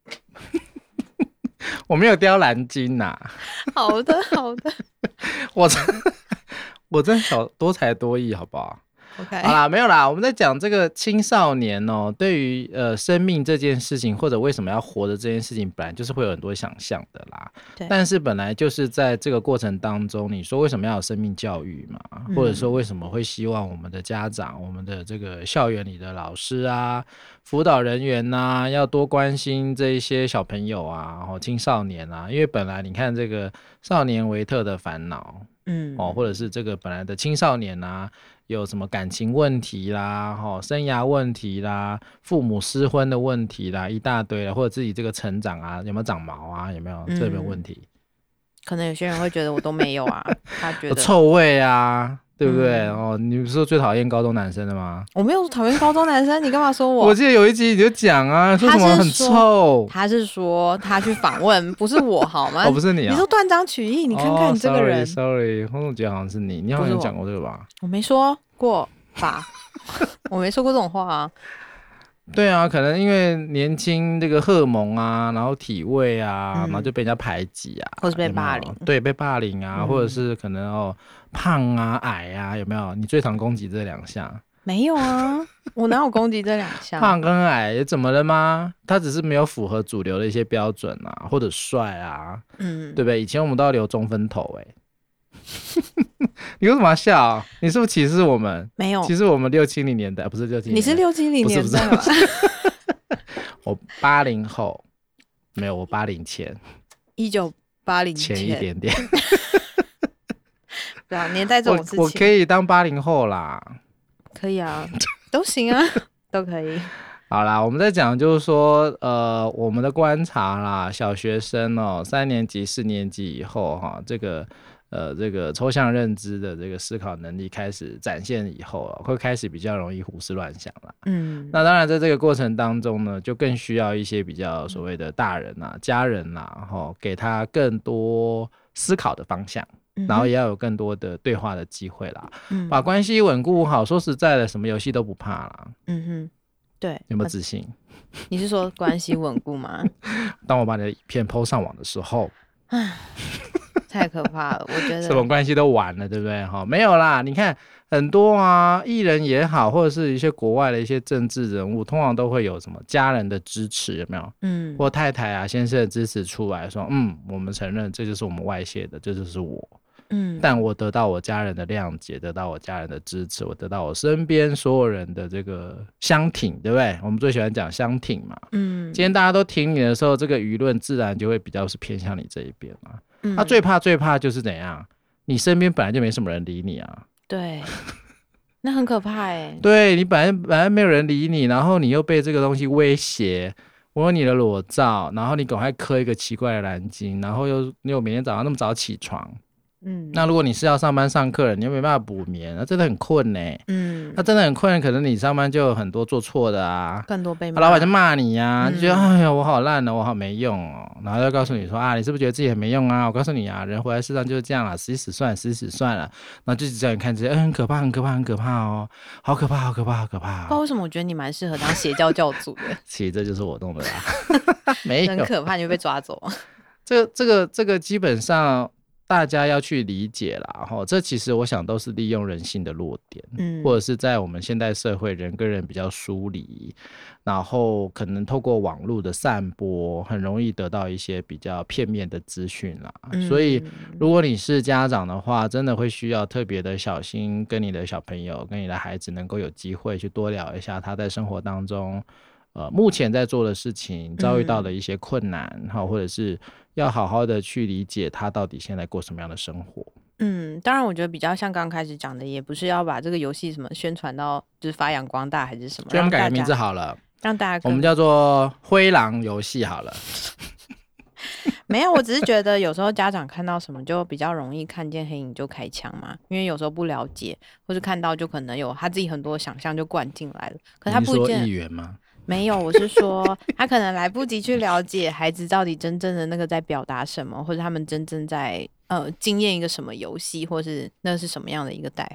我没有雕蓝鲸呐、啊。 好的好的， 我真我真小多才多艺，好不好？ OK， 好啦，没有啦，我们在讲这个青少年哦，对于呃生命这件事情，或者为什么要活的这件事情，本来就是会有很多想象的啦。 对， 但是本来就是在这个过程当中，你说为什么要有生命教育嘛？ 嗯、 或者说为什么会希望我们的家长、我们的这个校园里的老师啊、辅导人员呐、啊，要多关心这一些小朋友啊、然后青少年啊，因为本来你看这个少年维特的烦恼。 嗯， 哦，或者是这个本来的青少年啊，有什么感情问题啦，哦，生涯问题啦，父母失婚的问题啦，一大堆啦，或者自己这个成长啊，有没有长毛啊，有没有、嗯、这边问题？ 可能有些人会觉得我都没有啊，他觉得臭味啊，对不对？ 嗯、 哦，你不是说最讨厌高中男生的吗？ 我没有讨厌高中男生，你干嘛说我？ 我记得有一集你就讲啊，说什么很臭。 他是说他去访问，不是我好吗？ 哦，不是你啊！ 你说断章取义，你看看你这个人。 哦、sorry， sorry， 我总觉得好像是你，你好像讲过这个吧？ 我没说过吧？我没说过这种话啊。 对啊，可能因为年轻这个荷尔蒙啊，然后体味啊、嗯，然后就被人家排挤啊， 或是被霸凌， 有有对，被霸凌啊、嗯，或者是可能哦胖啊、矮啊，有没有？你最常攻击这两项？ 没有啊，我哪有攻击这两项？ 胖跟矮也怎么了吗？他只是没有符合主流的一些标准啊，或者帅啊，嗯，对不对？以前我们都要留中分头、欸，哎。你为什么要笑？你是不是歧视我们？ 没有， 其实我们六七零年代不是六七零， 你是六七零年代吧？ 我八零后，没有，我八零前， 一九八零前一点点。 对啊，年代这种事情， 我, 我可以当八零后啦， 可以啊，都行啊，都可以。 好啦，我们在讲就是说，呃，我们的观察啦，小学生哦，三年级、四年级以后哈，这个。呃，这个抽象认知的这个思考能力开始展现以后、啊、会开始比较容易胡思乱想啦。嗯，那当然在这个过程当中呢，就更需要一些比较所谓的大人啊、家人啊，齁，给他更多思考的方向，嗯、然后也要有更多的对话的机会啦。嗯，把关系稳固好。说实在的，什么游戏都不怕啦。 嗯哼，对， 有没有自信？ 你是说关系稳固吗？ 当我把你的影片 po 上网的时候。 太可怕了，我觉得什么关系都完了，对不对？哈，没有啦。你看很多啊，艺人也好，或者是一些国外的一些政治人物，通常都会有什么家人的支持，有没有？嗯，或太太啊、先生的支持出来说，嗯，我们承认这就是我们外泄的，这就是我。嗯，但我得到我家人的谅解，得到我家人的支持，我得到我身边所有人的这个相挺，对不对？我们最喜欢讲相挺嘛。嗯，今天大家都挺你的时候，这个舆论自然就会比较是偏向你这一边嘛。他、嗯啊、最怕最怕就是怎样？你身边本来就没什么人理你啊。 对，那很可怕哎、欸。 对，你本来本来没有人理你，然后你又被这个东西威胁，我有你的裸照，然后你赶快磕一个奇怪的蓝鲸，然后又你又每天早上那么早起床。嗯，那如果你是要上班上课了，你又没办法补眠，那真的很困呢、欸。嗯，那真的很困，可能你上班就有很多做错的啊， 更多被骂， 老板就骂你呀、啊嗯，就觉得哎呀我好烂哦，我好没用哦，然后就告诉你说啊，你是不是觉得自己很没用啊？我告诉你啊，人活在世上就是这样啦，死死算了，死死算了，然后就只叫你看这些，嗯，很可怕，很可怕，很可怕哦，好可怕，好可怕，好可怕、哦。 不知道为什么我觉得你蛮适合当邪教教主的， 其实这就是我弄的啦，没有， 很可怕，你会被抓走。 这个这个这个基本上。大家要去理解啦，齁，这其实我想都是利用人性的弱点，嗯，或者是在我们现代社会人跟人比较疏离，然后可能透过网络的散播，很容易得到一些比较片面的资讯啦、嗯。所以如果你是家长的话，真的会需要特别的小心，跟你的小朋友、跟你的孩子能够有机会去多聊一下他在生活当中。呃，目前在做的事情，遭遇到的一些困难，哈、嗯，或者是要好好的去理解他到底现在过什么样的生活。 嗯，当然，我觉得比较像刚开始讲的，也不是要把这个游戏什么宣传到就是发扬光大，还是什么。 所以我们改个名字好了， 让大家我们叫做灰狼游戏好了。 没有，我只是觉得有时候家长看到什么就比较容易看见黑影就开枪嘛，因为有时候不了解，或是看到就可能有他自己很多想象就灌进来了。可他不见你说议员吗？ 没有，我是说他可能来不及去了解孩子到底真正的那个在表达什么，或者他们真正在呃经验一个什么游戏，或是那是什么样的一个代号。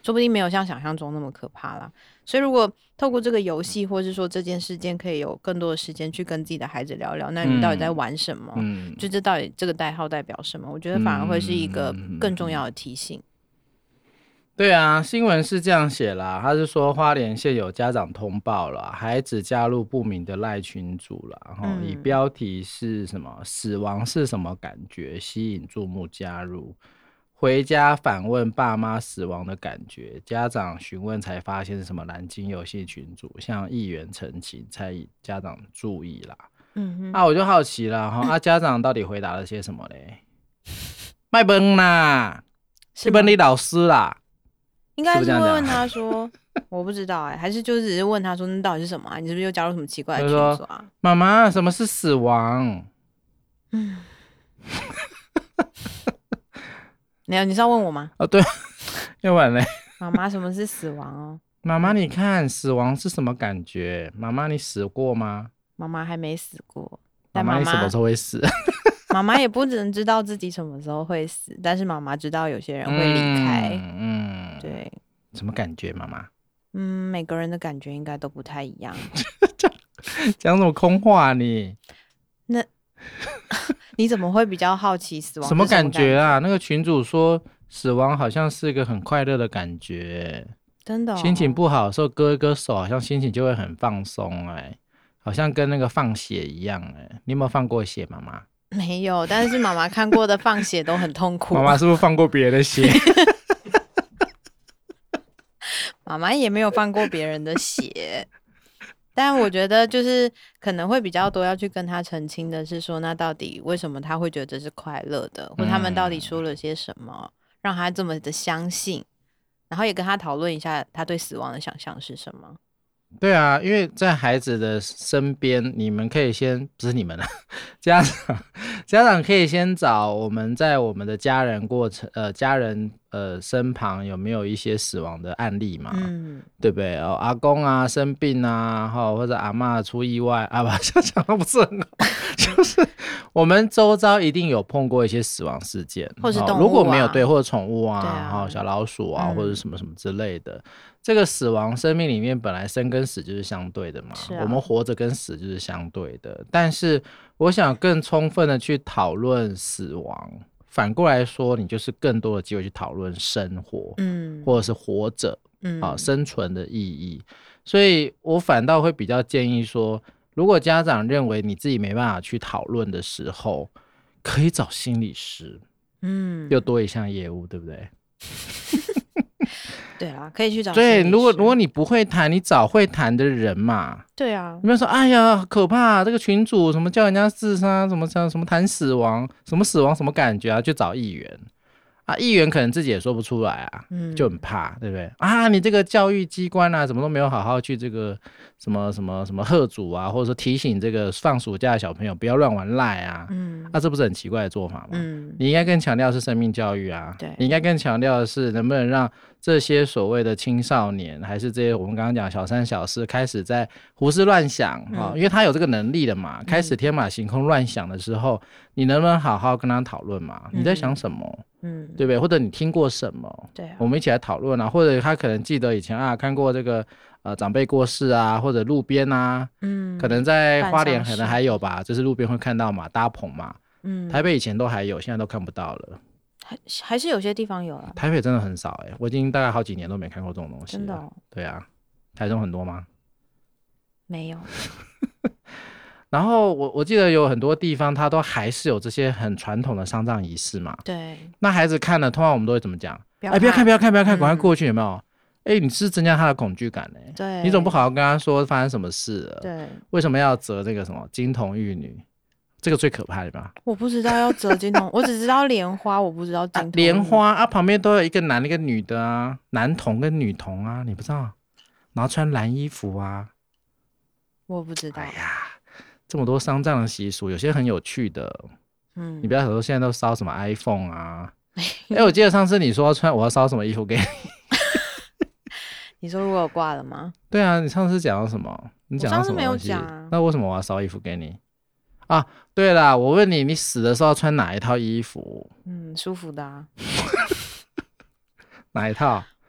说不定没有像想象中那么可怕啦。所以如果透过这个游戏，或是说这件事件，可以有更多的时间去跟自己的孩子聊聊，那你们到底在玩什么？嗯，就这到底这个代号代表什么？我觉得反而会是一个更重要的提醒。嗯嗯嗯对啊，新闻是这样写啦，他是说花莲县有家长通报了，孩子加入不明的赖群组啦，嗯、以标题是什么死亡是什么感觉吸引注目加入，回家反问爸妈死亡的感觉，家长询问才发现是什么蓝鲸游戏群组，向议员澄清才以家长注意啦。嗯哼，啊，我就好奇了啊，家长到底回答了些什么嘞？卖崩啦，去问你老师啦。 应该是会问他说，我不知道哎、欸，还是就只是问他说，那到底是什么啊？你是不是又加入什么奇怪的群组啊？ 妈妈，什么是死亡？嗯， 没有，你是要问我吗？ 哦，对，要不然嘞？ 妈妈，什么是死亡哦？ 妈妈，你看死亡是什么感觉？妈妈，你死过吗？ 妈妈还没死过， 但妈妈你什么时候会死？ 妈妈也不能知道自己什么时候会死，但是妈妈知道有些人会离开。嗯，嗯对， 什么感觉？妈妈， 嗯，每个人的感觉应该都不太一样。 讲什么空话、啊、你？ 那你怎么会比较好奇死亡什么感觉啊？那个群主说死亡好像是一个很快乐的感觉， 真的、哦。 心情不好的时候割一割手，好像心情就会很放松、欸，哎，好像跟那个放血一样、欸，哎，你有没有放过血，妈妈？ 没有，但是妈妈看过的放血都很痛苦。 妈妈是不是放过别人的血？ 妈妈也没有放过别人的血，但我觉得就是可能会比较多要去跟他澄清的是说，那到底为什么他会觉得这是快乐的，或他们到底说了些什么，让他这么的相信，然后也跟他讨论一下他对死亡的想象是什么。 对啊，因为在孩子的身边，你们可以先不是你们啊，家长家长可以先找我们在我们的家人过程呃家人呃身旁有没有一些死亡的案例嘛，嗯，对不对？哦，阿公啊生病啊，或者阿嬷出意外啊，吧，这样讲的不是很好，就是我们周遭一定有碰过一些死亡事件， 或是动物、啊、 如果没有对，或者宠物啊， 啊小老鼠啊，嗯、或者什么什么之类的。这个死亡生命里面本来生跟死就是相对的嘛，啊、我们活着跟死就是相对的，但是我想更充分的去讨论死亡，反过来说你就是更多的机会去讨论生活，嗯，或者是活着，嗯、啊，生存的意义。所以我反倒会比较建议说，如果家长认为你自己没办法去讨论的时候，可以找心理师，嗯，又多一项业务，对不对？ 对啊，可以去找心理师。 对，如果如果你不会谈，你找会谈的人嘛。 对啊， 你不要说，哎呀，可怕、啊！这个群主什么叫人家自杀，什么什么谈死亡，什么死亡什么感觉啊？就找议员啊，议员可能自己也说不出来啊，嗯、就很怕，对不对？啊，你这个教育机关啊，怎么都没有好好去这个什么什么什么贺阻啊，或者说提醒这个放暑假的小朋友不要乱玩赖啊，嗯，啊，这不是很奇怪的做法吗？嗯，你应该更强调的是生命教育啊，对，你应该更强调的是能不能让这些所谓的青少年，还是这些我们刚刚讲小三小四开始在胡思乱想、嗯哦、因为他有这个能力的嘛，开始天马行空乱想的时候、嗯、你能不能好好跟他讨论嘛、嗯、你在想什么，嗯，对不对？或者你听过什么？对、啊，我们一起来讨论啊。或者他可能记得以前啊看过这个呃长辈过世啊，或者路边啊，嗯，可能在花莲可能还有吧，就是路边会看到嘛，搭棚嘛，嗯，台北以前都还有，现在都看不到了。 还还是有些地方有啊， 台北真的很少哎、欸，我已经大概好几年都没看过这种东西了。 真的、哦？ 对啊，台中很多吗？ 没有。 然后我我记得有很多地方，它都还是有这些很传统的丧葬仪式嘛。 对。 那孩子看了，通常我们都会怎么讲？哎，不要看，不要看，不要看，赶快过去，有没有？哎、嗯，你是增加他的恐惧感哎、欸。 对。 你总不好好跟他说发生什么事了？ 对。 为什么要择这个什么金童玉女？这个最可怕的吧？ 我不知道要折金童，我只知道莲花，我不知道金童、啊。 莲花啊，旁边都有一个男的一个女的啊，男童跟女童啊，你不知道？然后穿蓝衣服啊， 我不知道。 哎呀，这么多丧葬的习俗，有些很有趣的。嗯，你不要说现在都烧什么 iPhone 啊？哎、欸，我记得上次你说要穿，我要烧什么衣服给你？ 你说如果有挂了吗？ 对啊，你上次讲到什么？你讲到什么东西？ 我上次没有讲啊。 那为什么我要烧衣服给你？啊，对啦，我问你，你死的时候要穿哪一套衣服？ 嗯，舒服的啊。 哪一套？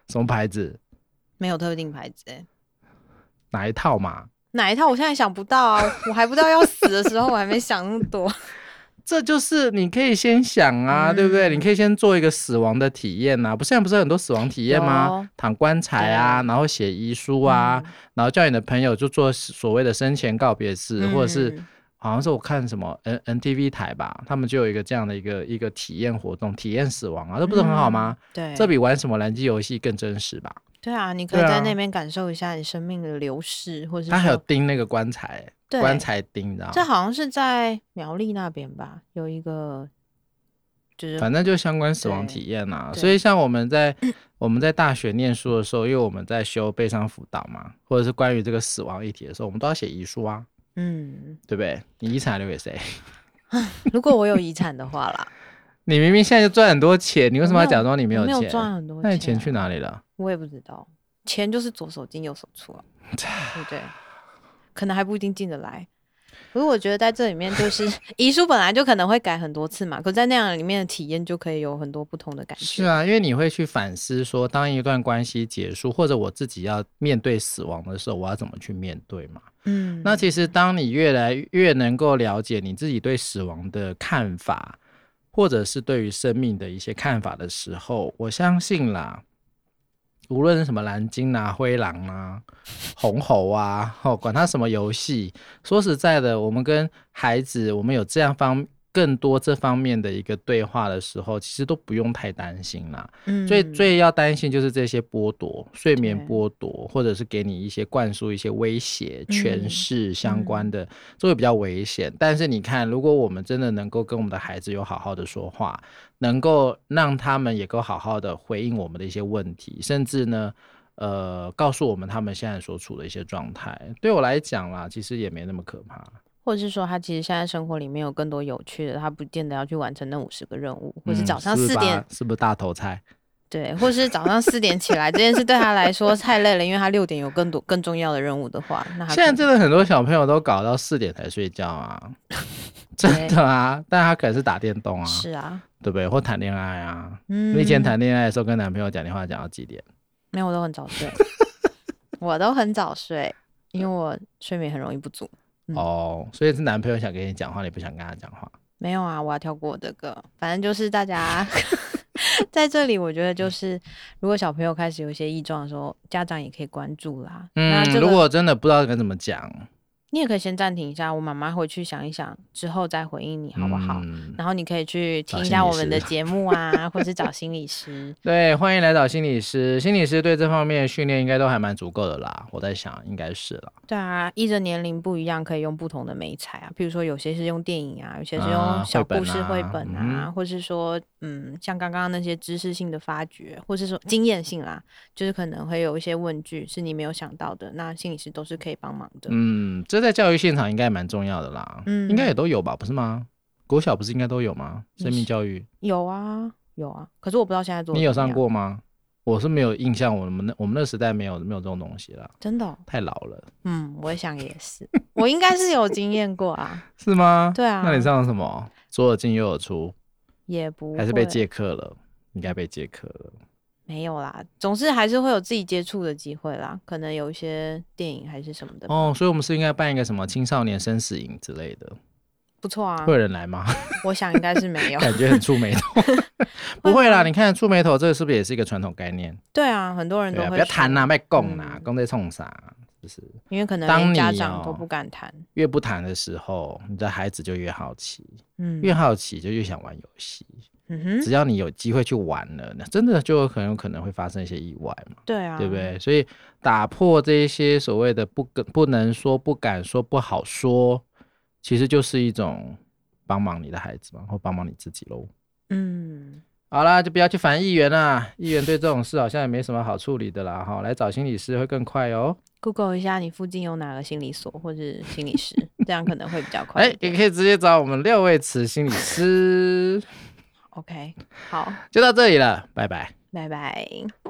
什么牌子？ 没有特定牌子哎、欸， 哪一套嘛？ 哪一套我现在想不到啊，我还不知道要死的时候，我还没想那么多。 这就是你可以先想啊，嗯、对不对？你可以先做一个死亡的体验啊，不是现在不是很多死亡体验吗？躺棺材啊，然后写遗书啊、嗯，然后叫你的朋友就做所谓的生前告别式、嗯，或者是好像是我看什么 N N T V 台吧，他们就有一个这样的一个一个体验活动，体验死亡啊，这不是很好吗？嗯、对，这比玩什么蓝机游戏更真实吧？ 对啊，你可以在那边感受一下你生命的流逝，或者是他还有钉那个棺材。棺材钉，你知道吗？ 这好像是在苗栗那边吧，有一个就是反正就相关死亡体验啊。所以像我们在我们在大学念书的时候，因为我们在修悲伤辅导嘛，或者是关于这个死亡议题的时候，我们都要写遗书啊，嗯，对不对？你遗产留给谁？ 如果我有遗产的话啦， 你明明现在就赚很多钱，你为什么要假装你没有钱？ 我没有赚很多钱、啊， 那你钱去哪里了？ 我也不知道，钱就是左手进右手出啊，对不对？可能还不一定进得来，可是我觉得在这里面就是遗书本来就可能会改很多次嘛，可是在那样里面的体验就可以有很多不同的感觉。 是啊，因为你会去反思说，当一段关系结束，或者我自己要面对死亡的时候，我要怎么去面对嘛？嗯，那其实当你越来越能够了解你自己对死亡的看法，或者是对于生命的一些看法的时候，我相信啦。无论是什么蓝鲸啊、灰狼啊、红猴啊、哦、管他什么游戏，说实在的，我们跟孩子，我们有这样方更多这方面的一个对话的时候，其实都不用太担心啦。嗯，最最要担心就是这些剥夺、睡眠剥夺，或者是给你一些灌输一些威胁、权势相关的，这会比较危险。但是你看，如果我们真的能够跟我们的孩子有好好的说话，能够让他们也够好好的回应我们的一些问题，甚至呢，呃，告诉我们他们现在所处的一些状态，对我来讲啦，其实也没那么可怕。 或者是说他其实现在生活里面有更多有趣的，他不见得要去完成那五十个任务，或是早上四点、 嗯、是, 是不是大头菜？ 对，或是早上四点起来这件事对他来说太累了，因为他六点有更多更重要的任务的话，那他现在真的很多小朋友都搞到四点才睡觉啊，真的啊，但他可能是打电动啊， 是啊，对不对？或谈恋爱啊，嗯，你以前谈恋爱的时候跟男朋友讲电话讲到几点？ 没有，我都很早睡，我都很早睡，因为我睡眠很容易不足。 嗯、哦，所以是男朋友想跟你讲话，你不想跟他讲话？ 没有啊，我要跳过这个。反正就是大家在这里，我觉得就是如果小朋友开始有一些异状的时候，家长也可以关注啦。 嗯， 那这个、 如果真的不知道该怎么讲， 你也可以先暂停一下，我妈妈回去想一想之后再回应你好不好、嗯、然后你可以去听一下我们的节目啊，或是找心理师。 对，欢迎来找心理师，心理师对这方面的训练应该都还蛮足够的啦，我在想应该是啦。 对啊，依着年龄不一样可以用不同的媒材啊，比如说有些是用电影啊，有些是用小故事绘本 啊, 本啊、嗯、或是说嗯，像刚刚那些知识性的发掘，或是说经验性啦，就是可能会有一些问句是你没有想到的，那心理师都是可以帮忙的。 嗯，这在教育现场应该蛮重要的啦，嗯，应该也都有吧，不是吗？国小不是应该都有吗？生命教育有啊有啊，可是我不知道现在做。 你有上过吗？我是没有印象，我们那我们那时代没有没有这种东西啦， 真的、哦、 太老了。 嗯，我想也是，我应该是有经验过啊。 是吗？ 对啊。 那你上了什么？左耳进右耳出？ 也不会， 还是被借课了？应该被借课了。 没有啦，总是还是会有自己接触的机会啦，可能有一些电影还是什么的。 哦，所以我们是应该办一个什么青少年生死营之类的。 不错啊。 会有人来吗？ 我想应该是没有。 感觉很触眉头。不会啦，你看触眉头这个是不是也是一个传统概念？ 对啊，很多人都会、啊、 不要谈啦，不要讲啦，讲在冲啥？就是因为可能连家长都不敢谈、哦、 越不谈的时候，你的孩子就越好奇，嗯，越好奇就越想玩游戏。嗯哼，只要你有机会去玩了，真的就很有可能会发生一些意外嘛。 对啊， 对不对？所以打破这一些所谓的不不能说、不敢说、不好说，其实就是一种帮忙你的孩子嘛，或帮忙你自己咯。嗯，好啦，就不要去烦议员啦，议员对这种事好像也没什么好处理的啦，哈，来找心理师会更快哦。 Google 一下你附近有哪个心理所或是心理师，这样可能会比较快。 哎，也可以直接找我们廖卫慈心理师。 OK， 好， 就到这里了，拜拜， 拜拜。